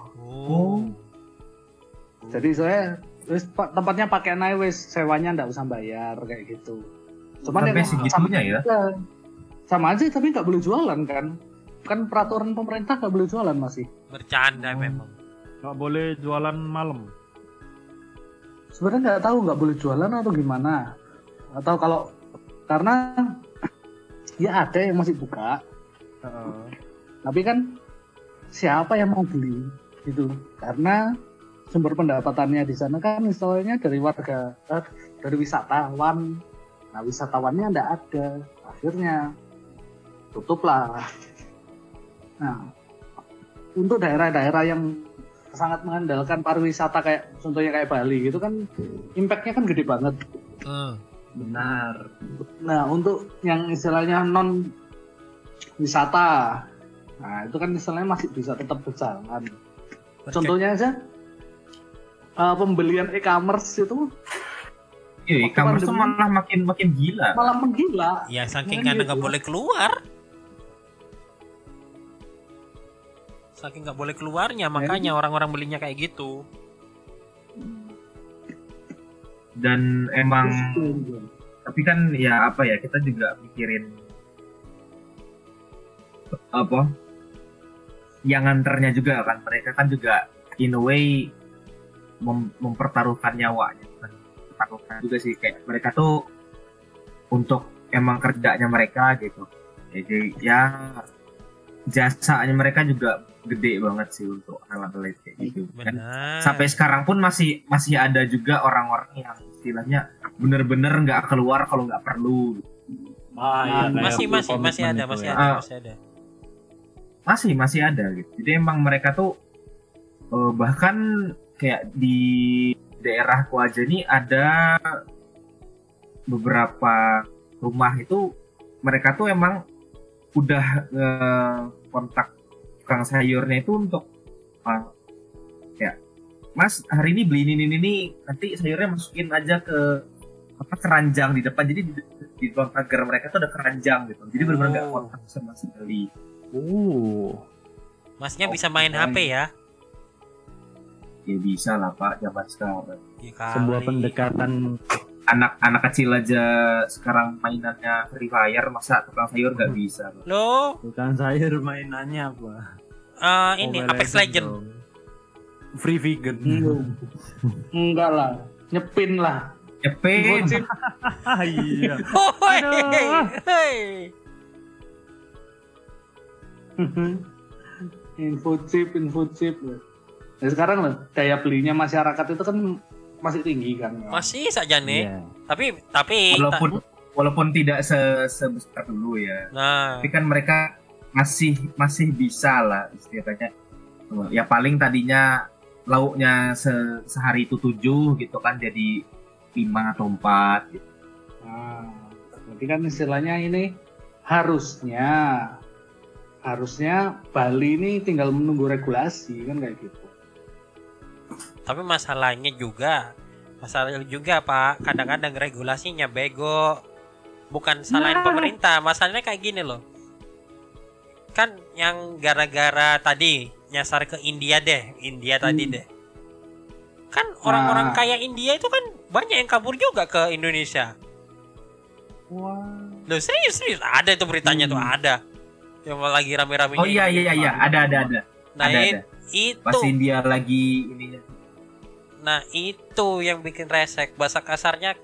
Speaker 1: Jadi saya tempatnya pakai naik wis sewanya nggak usah bayar kayak gitu. Cuman
Speaker 4: sampai segitunya ya.
Speaker 1: Sama aja tapi nggak boleh jualan kan peraturan pemerintah nggak boleh jualan masih.
Speaker 2: Bercanda memang.
Speaker 5: Nggak boleh jualan malam.
Speaker 1: Sebenarnya nggak tahu nggak boleh jualan atau gimana. Atau kalau karena ya ada yang masih buka. Tapi kan siapa yang mau beli gitu? Karena sumber pendapatannya di sana kan misalnya dari warga, dari wisatawan. Nah wisatawannya nggak ada, akhirnya tutuplah. Nah untuk daerah-daerah yang sangat mengandalkan pariwisata kayak contohnya kayak Bali gitu kan, impactnya kan gede banget.
Speaker 3: Benar.
Speaker 1: Nah untuk yang istilahnya non wisata, nah itu kan istilahnya masih bisa tetap berjalan. Contohnya aja pembelian e-commerce itu.
Speaker 4: Iya, e-commerce tuh malah makin gila.
Speaker 1: Malah menggila.
Speaker 2: Ya saking karena nggak boleh keluar. Saking nggak boleh keluarnya, makanya orang-orang belinya kayak gitu.
Speaker 4: Dan emang, tapi kan ya apa ya, kita juga mikirin apa yang nganternya juga kan, mereka kan juga in a way mempertaruhkan nyawanya, mempertaruhkan juga sih, kayak mereka tuh untuk emang kerjanya mereka gitu. Jadi ya jasanya mereka juga gede banget sih untuk hal-hal kayak gitu. Dan sampai sekarang pun masih ada juga orang-orang yang istilahnya bener-bener nggak keluar kalau nggak perlu.
Speaker 2: Masih ada.
Speaker 4: Masih ada gitu. Jadi emang mereka tuh bahkan kayak di daerahku aja nih ada beberapa rumah itu mereka tuh emang udah kontak tukang sayurnya itu untuk ya Mas hari ini beli ini nanti sayurnya masukin aja ke keranjang di depan, jadi di depan pagar mereka tuh ada keranjang gitu, jadi benar-benar nggak kontak sama sekali.
Speaker 2: Masnya bisa main HP ya?
Speaker 4: Ya bisa lah Pak, zaman sekarang.
Speaker 5: Sebuah pendekatan.
Speaker 4: Anak kecil aja sekarang mainannya Free Fire, masa tukang sayur nggak bisa?
Speaker 2: Loh?
Speaker 3: Tukang sayur mainannya apa?
Speaker 2: Ini Apex Legend.
Speaker 3: Free vegan.
Speaker 1: Enggak lah, nyepin lah.
Speaker 4: Nyepin.
Speaker 5: Iya.
Speaker 1: Info chip. Nah, sekarang loh daya belinya masyarakat itu kan masih tinggi kan.
Speaker 2: Masih saja nih.
Speaker 3: Yeah.
Speaker 2: Tapi
Speaker 4: walaupun tidak sebesar dulu ya.
Speaker 2: Nah.
Speaker 4: Tapi kan mereka masih bisa lah istilahnya. Ya paling tadinya lauknya sehari itu 7 gitu kan, jadi 5 atau 4 gitu.
Speaker 1: Nah, berarti kan istilahnya ini harusnya Bali ini tinggal menunggu regulasi kan kayak gitu.
Speaker 2: Tapi masalahnya juga Pak, kadang-kadang regulasinya bego. Bukan salahin pemerintah, masalahnya kayak gini loh. Kan yang gara-gara tadi nyasar ke India tadi deh. Kan orang-orang kaya India itu kan banyak yang kabur juga ke Indonesia.
Speaker 1: Wah.
Speaker 2: Loh serius ada itu beritanya tuh ada. Yang lagi rame-rame.
Speaker 4: Oh iya ada.
Speaker 2: Nah
Speaker 4: ada.
Speaker 2: Itu
Speaker 4: pas India lagi ininya.
Speaker 2: Nah itu yang bikin resek. Bahasa kasarnya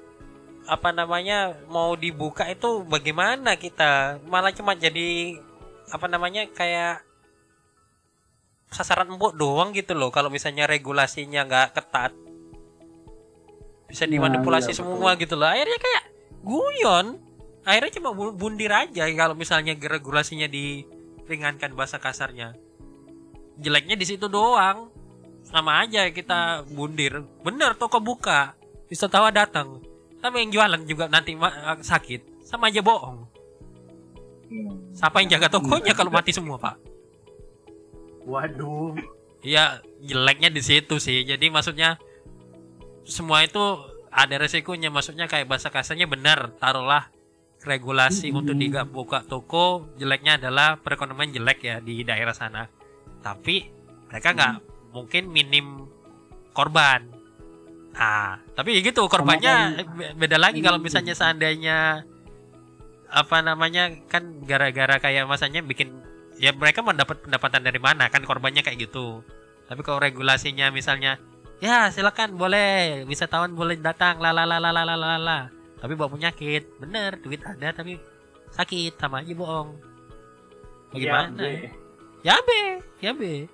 Speaker 2: mau dibuka itu bagaimana kita, malah cuma jadi kayak sasaran empuk doang gitu loh. Kalau misalnya regulasinya nggak ketat, bisa dimanipulasi semua gitu loh. Akhirnya kayak guyon, akhirnya cuma bundir aja kalau misalnya regulasinya diringankan, bahasa kasarnya. Jeleknya di situ doang. Sama aja kita bundir. Bener, toko buka, wisatawan datang. Tapi yang jualan juga nanti sakit, sama aja bohong. Siapa yang jaga tokonya kalau mati semua, Pak?
Speaker 3: Waduh.
Speaker 2: Iya, jeleknya di situ sih. Jadi maksudnya semua itu ada resikonya. Maksudnya kayak bahasa kasarnya benar. Taruhlah regulasi untuk buka toko, jeleknya adalah perekonomian jelek ya di daerah sana. Tapi mereka nggak mungkin minim korban. Nah, tapi gitu korbannya beda lagi kalau misalnya seandainya apa namanya kan gara-gara kayak masanya bikin ya mereka mendapat pendapatan dari mana kan korbannya kayak gitu. Tapi kalau regulasinya misalnya ya silakan boleh wisatawan boleh datang la. Tapi bawa penyakit, bener duit ada tapi sakit sama aja bohong. Bagaimana? Ya be.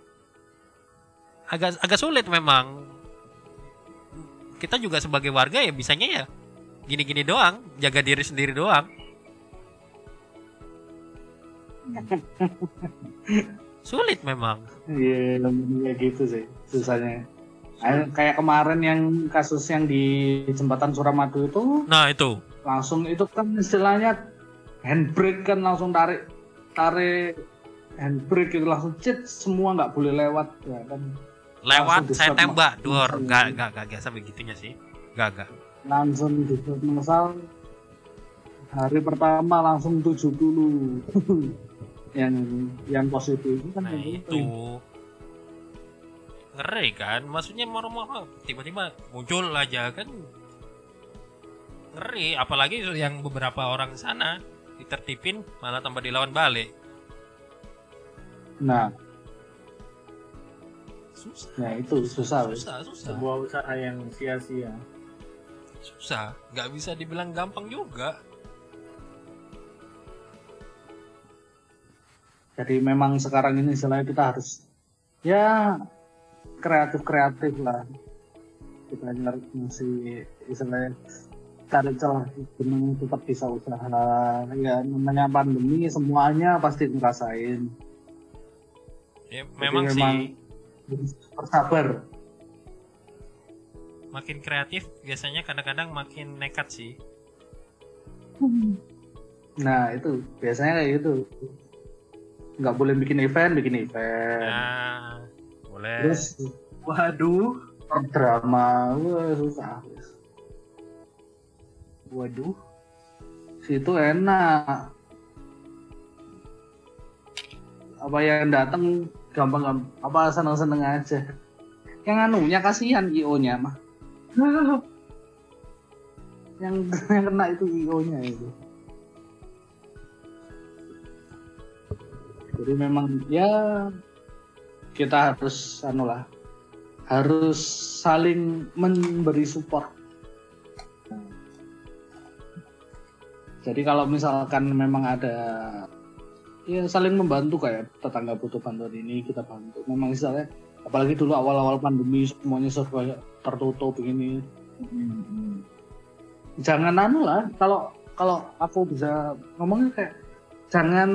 Speaker 2: Agak sulit memang. Kita juga sebagai warga ya bisanya ya gini-gini doang, jaga diri sendiri doang. Sulit memang.
Speaker 1: Iya, kayak gitu sih susahnya. Kayak kemarin yang kasus yang di jembatan Suramadu itu.
Speaker 2: Nah itu.
Speaker 1: Langsung itu kan istilahnya handbrake kan langsung tarik handbrake itu langsung semua nggak boleh lewat ya kan.
Speaker 2: Lewat saya tembak dor, gak sampai gitunya sih, gak.
Speaker 1: Langsung disebut masal hari pertama langsung 70 yang positif itu kan.
Speaker 2: Nah itu ngeri kan, maksudnya moro-moro tiba-tiba muncul aja kan ngeri, apalagi yang beberapa orang sana ditertipin malah tambah dilawan balik.
Speaker 1: Nah
Speaker 2: susah.
Speaker 1: Ya itu susah.
Speaker 3: Sebuah usaha yang sia-sia.
Speaker 2: Susah, nggak bisa dibilang gampang juga.
Speaker 1: Jadi memang sekarang ini istilahnya kita harus ya kreatif lah. Kita masih istilahnya cari celah gimana tetap bisa usaha. Ya namanya pandemi semuanya pasti ngerasain.
Speaker 2: Ya, memang sih.
Speaker 1: Bersabar.
Speaker 2: Makin kreatif biasanya kadang-kadang makin nekat sih.
Speaker 1: Nah itu biasanya kayak gitu. Nggak boleh bikin event.
Speaker 2: Nah, boleh.
Speaker 1: Terus
Speaker 3: Waduh.
Speaker 1: drama, susah.
Speaker 3: Waduh.
Speaker 1: Situ enak. Apa yang datang gampang apa seneng aja. Yang anunya kasihan IO-nya mah. yang kena itu IO-nya itu. Jadi memang ya kita harus saling memberi support. Jadi kalau misalkan memang ada ya saling membantu kayak tetangga butuh bantuan ini kita bantu. Memang misalnya apalagi dulu awal-awal pandemi semuanya serba tertutup begini. Jangan kalau aku bisa ngomongnya kayak jangan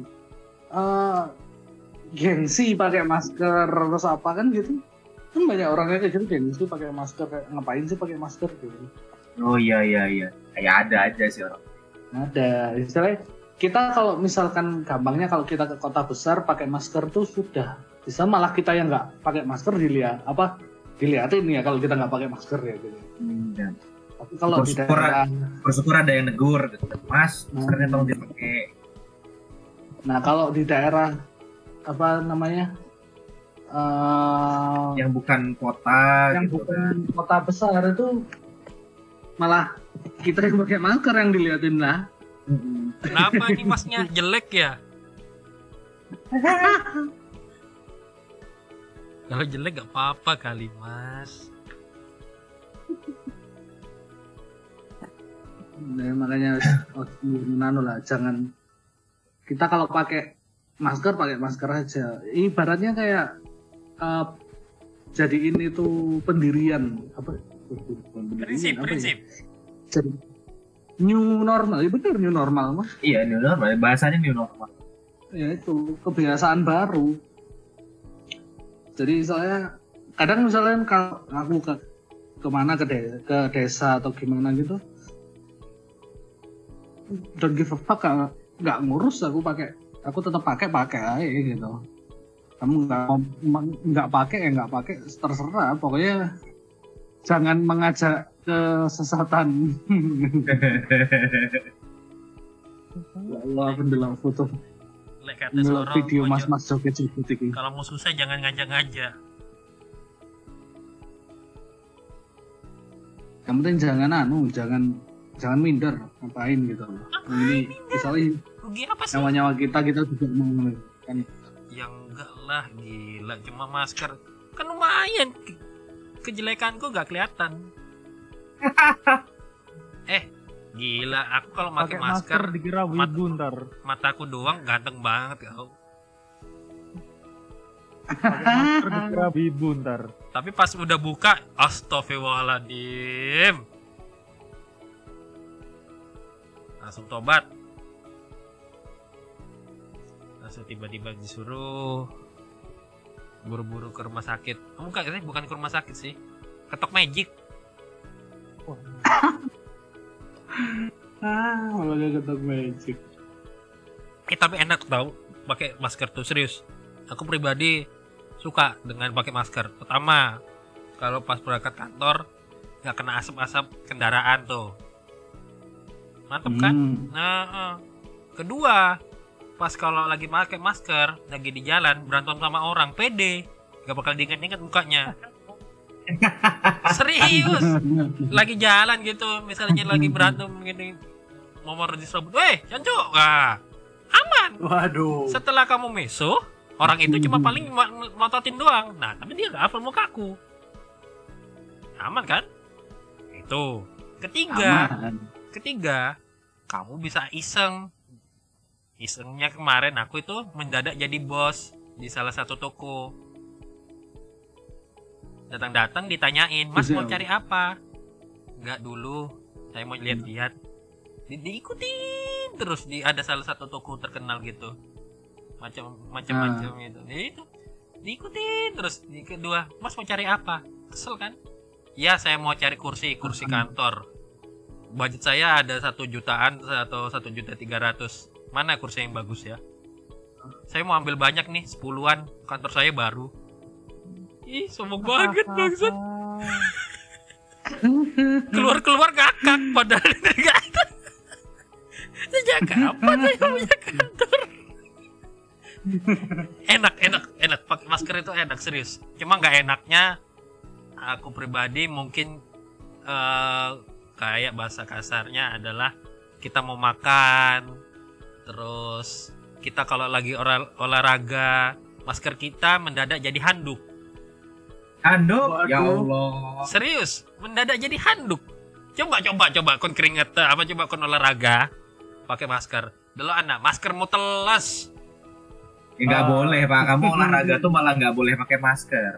Speaker 1: gengsi pakai masker terus apa kan gitu. Kan banyak orang kayak gitu gengsi pakai masker kayak ngapain sih pakai masker gitu.
Speaker 4: Oh iya. Kayak ada aja sih orang.
Speaker 1: Ada istilahnya kita kalau misalkan gampangnya kalau kita ke kota besar pakai masker tuh sudah bisa malah kita yang nggak pakai masker dilihatin ya kalau kita nggak pakai masker ya gitu. Tapi kalau di daerah
Speaker 4: bersyukur ada yang negur gitu. Mas, maskernya tolong dipakai.
Speaker 1: Nah kalau di daerah apa namanya
Speaker 4: yang bukan kota
Speaker 1: bukan kota besar itu malah kita yang pakai masker yang dilihatin lah.
Speaker 2: Kenapa ini masnya jelek ya? Kalau jelek gak apa-apa kali mas.
Speaker 1: Nah, makanya lah jangan kita kalau pakai masker aja. Ibaratnya kayak jadiin itu pendirian apa?
Speaker 2: Prinsip.
Speaker 1: Jadi new normal, ya betul new normal mas.
Speaker 4: Iya new normal, bahasanya new normal.
Speaker 1: Ya itu kebiasaan baru. Jadi saya kadang misalnya kalau aku kemana ke desa atau gimana gitu, don't give a fuck, nggak ngurus aku tetap pakai aja gitu. Kamu nggak pakai ya nggak pakai, terserah, pokoknya jangan mengajak kesesatan. Ya Allah, pendelang foto.
Speaker 2: Lek kata seorang
Speaker 1: Video mas-mas joget-joget iki.
Speaker 2: Kalau mau susah jangan ngajak-ngajak.
Speaker 1: Yang penting jangan minder, ngapain gitu. Ini misalnya
Speaker 2: Rugi apa sih?
Speaker 1: nyawa kita juga mau kan.
Speaker 2: Ya enggak lah, gila, cuma masker. Kan lumayan. Kejelekanku gak kelihatan. Gila, aku kalau pakai masker
Speaker 5: dikira wibu ntar.
Speaker 2: mataku doang ganteng banget kau.
Speaker 5: Pakai masker dikira wibu ntar.
Speaker 2: Tapi pas udah buka, astagfirullahaladzim. Langsung tobat. Langsung tiba-tiba disuruh buru-buru ke rumah sakit. Bukan ke rumah sakit sih. Ketok magic.
Speaker 1: Malah gak ketok magic.
Speaker 2: Tapi enak tau pakai masker tuh, serius. Aku pribadi suka dengan pakai masker. Pertama, kalau pas berangkat kantor nggak kena asap-asap kendaraan tuh, mantep kan? Nah, kedua, pas kalau lagi pakai masker, lagi di jalan berantem sama orang, pede, nggak bakal diinget-inget mukanya. Serius, lagi jalan gitu, misalnya lagi berantem gini, nomor disebut, jancuk, aman.
Speaker 3: Waduh.
Speaker 2: Setelah kamu meso, orang itu cuma paling ngototin doang. Nah, tapi dia gak hafal mukaku. Aman kan? Itu. Ketiga, kamu bisa iseng. Isengnya kemarin aku itu mendadak jadi bos di salah satu toko. Datang-datang ditanyain, Mas mau cari apa? Enggak dulu, saya mau lihat-lihat. Diikutin terus ada salah satu toko terkenal gitu. Macam-macam gitu. Itu diikutin terus. Di kedua, Mas mau cari apa? Kesel kan? Ya, saya mau cari kursi kantor. Budget saya ada 1 jutaan atau 1.300.000. Mana kursi yang bagus ya? Saya mau ambil banyak nih, 10-an. Kantor saya baru. Ih, sombong banget bangsat. Keluar ngakak padahal enggak ada. Sejak kapan saya punya kantor? Enak pakai masker itu enak, serius. Cuma nggak enaknya aku pribadi mungkin kayak bahasa kasarnya adalah kita mau makan, terus kita kalau lagi olahraga, masker kita mendadak jadi handuk.
Speaker 4: Handuk? Ya Allah.
Speaker 2: Serius, mendadak jadi handuk. Coba kon keringet coba kon olahraga pakai masker. Dulu anak, maskermu teles.
Speaker 4: Nggak boleh Pak, kamu olahraga tuh malah nggak boleh pakai masker.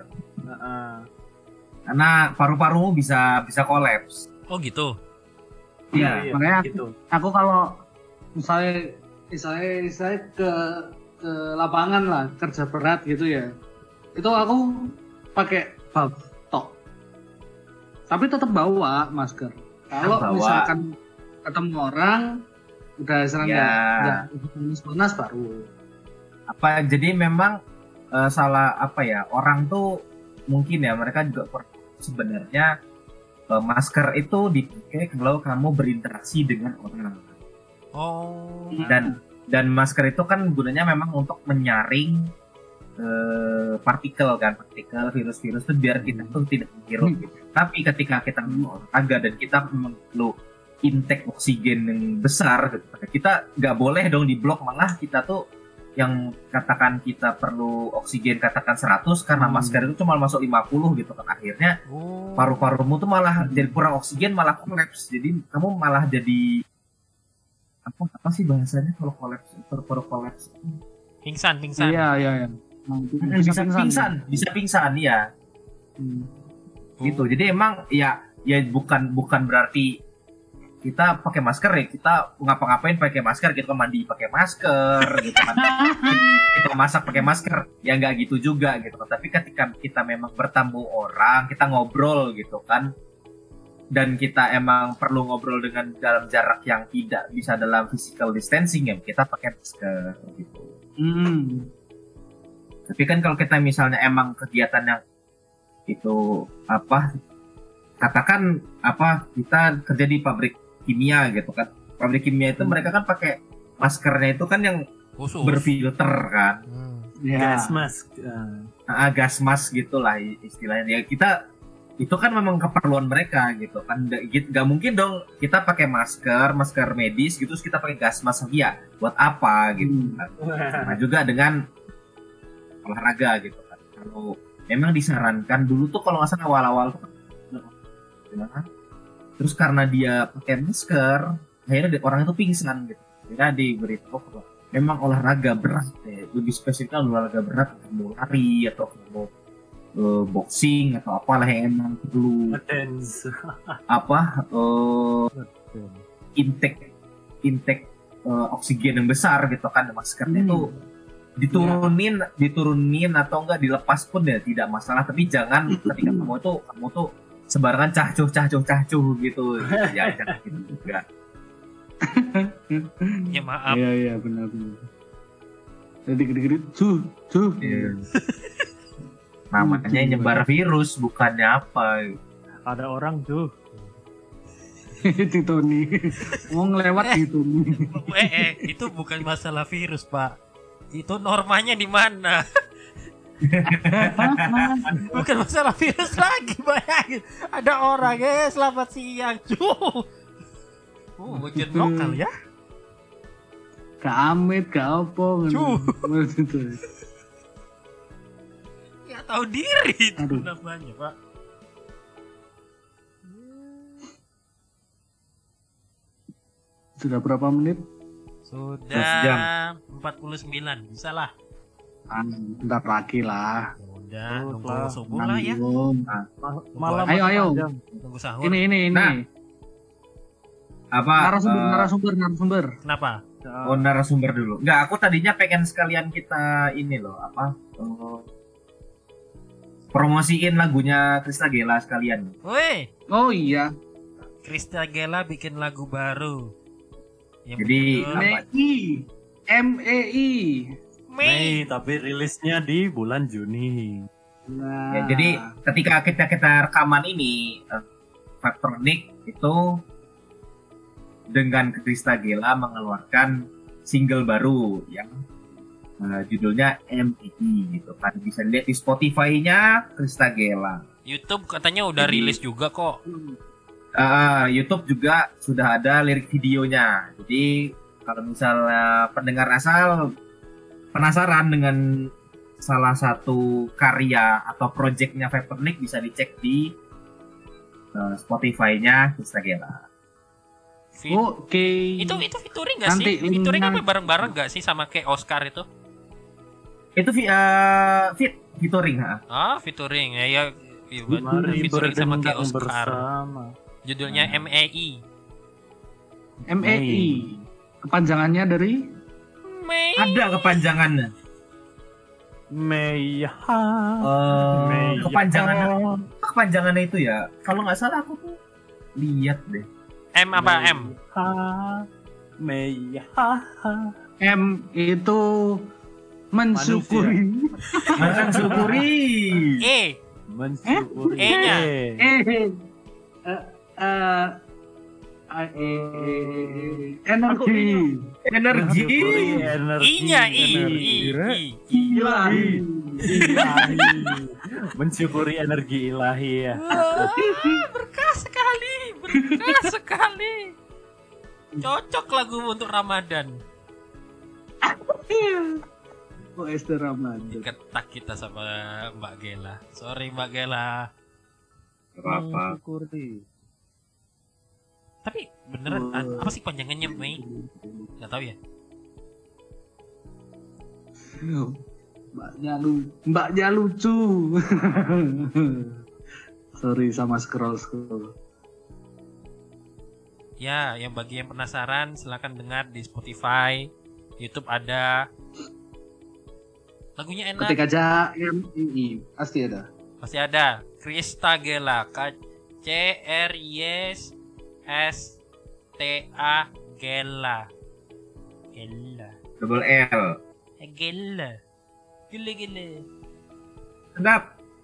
Speaker 4: Karena paru-parumu bisa kolaps.
Speaker 2: Oh gitu.
Speaker 1: Iya, makanya gitu. Aku kalau misalnya ke lapangan lah, kerja berat gitu ya, itu aku pakai buff top, tapi tetap bawa masker. Kalau misalkan ketemu orang udah nggak panas baru.
Speaker 4: Jadi memang salah orang tuh mungkin ya, mereka juga sebenarnya masker itu dipakai kalau kamu berinteraksi dengan orang.
Speaker 2: Oh.
Speaker 4: Dan masker itu kan gunanya memang untuk menyaring partikel virus-virus itu biar kita tuh tidak menghirup gitu. Tapi ketika kita olahraga dan kita perlu intake oksigen yang besar gitu, kita nggak boleh dong diblok, malah kita tuh yang katakan kita perlu oksigen katakan 100 karena masker itu cuma masuk 50 gitu kan, akhirnya paru-parumu tuh malah jadi kurang oksigen, malah kolaps. Jadi kamu malah jadi apa sih bahasanya kalau kolaps, paru-paru kolaps?
Speaker 2: Pingsan.
Speaker 1: Iya.
Speaker 4: Bisa pingsan ya. Gitu. Jadi emang ya bukan berarti kita pakai masker ya kita ngapa-ngapain pakai masker, kita mandi pakai masker gitu kan. Kita masak pakai masker, ya nggak gitu juga gitu kan. Tapi ketika kita memang bertamu orang, kita ngobrol gitu kan, dan kita emang perlu ngobrol dengan dalam jarak yang tidak bisa dalam physical distancing ya kita pakai masker gitu. Tapi kan kalau kita misalnya emang kegiatan yang itu katakan kita kerja di pabrik kimia gitu kan. Pabrik kimia itu mereka kan pakai maskernya itu kan yang berfilter kan.
Speaker 3: Gas mask.
Speaker 4: Gas mask gitulah istilahnya. Ya kita itu kan memang keperluan mereka gitu kan. Gak mungkin dong kita pakai masker medis gitu terus kita pakai gas mask ya buat apa gitu kan. Sama juga dengan olahraga gitu kan. Kalau memang disarankan dulu tuh kalau nggak salah awal-awal tuh terus karena dia pakai masker akhirnya orang itu pingsan gitu. Akhirnya diberitahu bahwa memang olahraga berat lebih spesifiknya olahraga berat mau lari atau mau boxing atau apalah yang emang perlu intake oksigen yang besar gitu kan maskernya itu diturunin atau enggak dilepas pun ya tidak masalah tapi jangan ketika kamu tuh sebarangan cacuh gitu ya jangan gitu juga.
Speaker 2: Ya maaf.
Speaker 1: Iya benar. Jadi gede-gede cuh.
Speaker 4: Namanya nyebar virus bukannya apa.
Speaker 5: Ada orang tuh.
Speaker 1: Titoni. Mau ngelewat gitu.
Speaker 2: Itu bukan masalah virus, Pak. Itu normanya di mana? Bukan masalah virus lagi, bayangin. Ada orang, selamat siang, cuh. Bagian lokal ya.
Speaker 1: Kak Amit, Kak Oppo.
Speaker 2: Cuh. Tahu diri itu namanya, Pak.
Speaker 1: Sudah berapa menit?
Speaker 2: Sudah 49, bisa lah.
Speaker 1: Bentar lagi lah.
Speaker 2: Udah, nunggu subuh lah ya.
Speaker 5: Malam
Speaker 1: ayo.
Speaker 2: Nunggu sahur.
Speaker 1: Ini.
Speaker 4: Nah,
Speaker 1: narasumber.
Speaker 2: Kenapa?
Speaker 4: Narasumber dulu. Enggak, aku tadinya pengen sekalian kita ini loh, promosiin lagunya Krista Gela sekalian.
Speaker 2: Woi.
Speaker 1: Oh iya.
Speaker 2: Krista Gela bikin lagu baru.
Speaker 4: Jadi
Speaker 3: Mei, tapi rilisnya di bulan Juni.
Speaker 1: Nah.
Speaker 4: Ya, jadi ketika kita rekaman ini Factronic itu dengan Krista Gela mengeluarkan single baru yang judulnya MEI gitu kan, bisa lihat di Spotify-nya Krista Gela.
Speaker 2: YouTube katanya udah rilis juga kok.
Speaker 4: YouTube juga sudah ada lirik videonya. Jadi kalau misalnya pendengar asal penasaran dengan salah satu karya atau projectnya Factronic bisa dicek di Spotify-nya Krista Gela.
Speaker 1: Oke.
Speaker 2: Itu featuring nggak sih? Featuring apa bareng-bareng nggak sih sama kayak Oscar itu?
Speaker 4: Itu featuring
Speaker 2: Featuring ya featuring sama kayak Oscar. Judulnya MEI.
Speaker 1: MEI. Kepanjangannya dari
Speaker 2: Mei.
Speaker 4: Ada kepanjangannya. Kepanjangannya itu ya. Kalau nggak salah aku tuh lihat deh.
Speaker 2: M apa M?
Speaker 1: M itu mensyukuri.
Speaker 3: Mensyukuri.
Speaker 2: E-nya.
Speaker 1: Energi.
Speaker 2: I-nya
Speaker 3: ilahi. Mensyukuri energi ilahi ya.
Speaker 2: Berkah sekali. Cocok lagu untuk Ramadan.
Speaker 1: Esther Ramadan.
Speaker 2: Diketak kita sama Mbak Gela. Sorry Mbak Gela.
Speaker 4: Apa?
Speaker 2: Tapi beneran apa sih panjangannya Mei? Nggak tahu ya.
Speaker 1: Mbaknya lucu. Sorry sama scroll.
Speaker 2: Ya, yang bagi yang penasaran silakan dengar di Spotify, YouTube ada. Lagunya enak.
Speaker 1: Ketik aja MII pasti ada.
Speaker 2: Pasti ada. Krista Gela CRYSTA Gela. Gela.
Speaker 4: Double L.
Speaker 2: Gela. Gila.
Speaker 4: Sedap.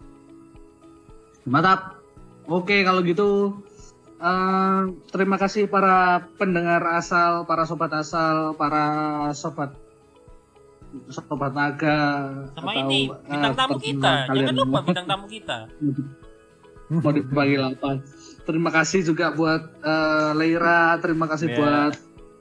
Speaker 1: Mantap. Oke, kalau gitu terima kasih para pendengar asal, para sobat asal, para sobat naga,
Speaker 2: Sama
Speaker 1: atau,
Speaker 2: ini bintang tamu kita. Jangan lupa bintang tamu kita.
Speaker 1: Mau dibagi 8. Terima kasih juga buat Leira, terima kasih buat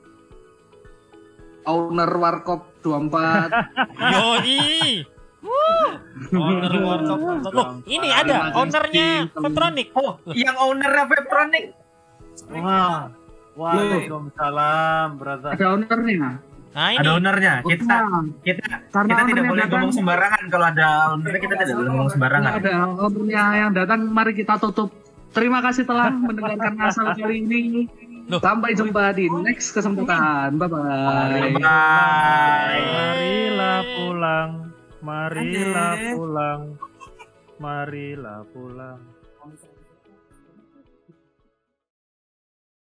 Speaker 1: owner Warkop 24.
Speaker 2: Yoi. Owner Warkop. Loh, ini ada ownernya Vetronic.
Speaker 4: Oh, yang ownernya Vetronic.
Speaker 3: Wah. Waalaikumsalam, brother.
Speaker 1: Ada ownernya.
Speaker 2: Nah, ini.
Speaker 4: Ada ownernya. Kita
Speaker 1: Karena
Speaker 4: tidak boleh
Speaker 1: datang,
Speaker 4: ngomong sembarangan. Kalau ada ownernya kita tidak boleh ngomong sembarangan.
Speaker 1: ada ownernya yang datang, mari kita tutup. Terima kasih telah mendengarkan asal kali ini.
Speaker 2: Loh.
Speaker 1: Sampai jumpa di next kesempatan. Bye-bye.
Speaker 5: Marilah pulang. Marilah pulang. Marilah pulang.